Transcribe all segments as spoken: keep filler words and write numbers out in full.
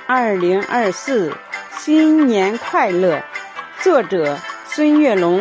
二零二四新年快乐，作者孙月龙。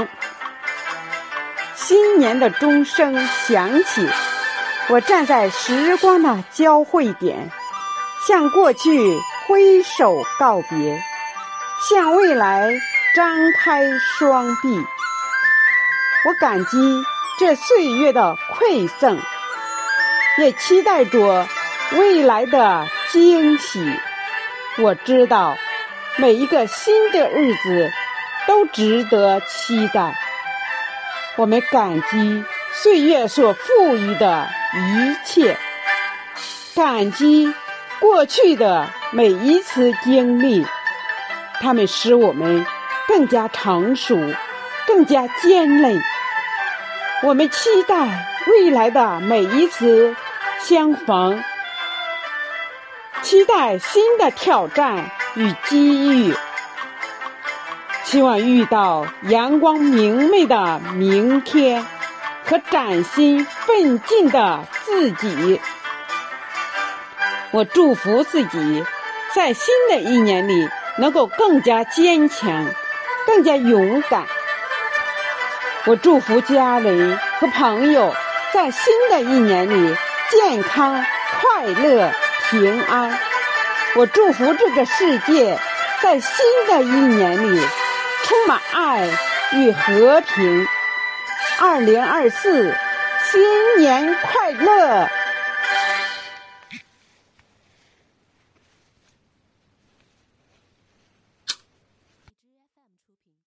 新年的钟声响起，我站在时光的交汇点，向过去挥手告别，向未来张开双臂。我感激这岁月的馈赠，也期待着未来的惊喜。我知道每一个新的日子都值得期待。我们感激岁月所赋予的一切，感激过去的每一次经历，它们使我们更加成熟，更加坚韧。我们期待未来的每一次相逢，期待新的挑战与机遇，希望遇到阳光明媚的明天和崭新奋进的自己。我祝福自己在新的一年里能够更加坚强，更加勇敢。我祝福家人和朋友在新的一年里健康、快乐、平安。我祝福这个世界在新的一年里充满爱与和平。二零二四，新年快乐！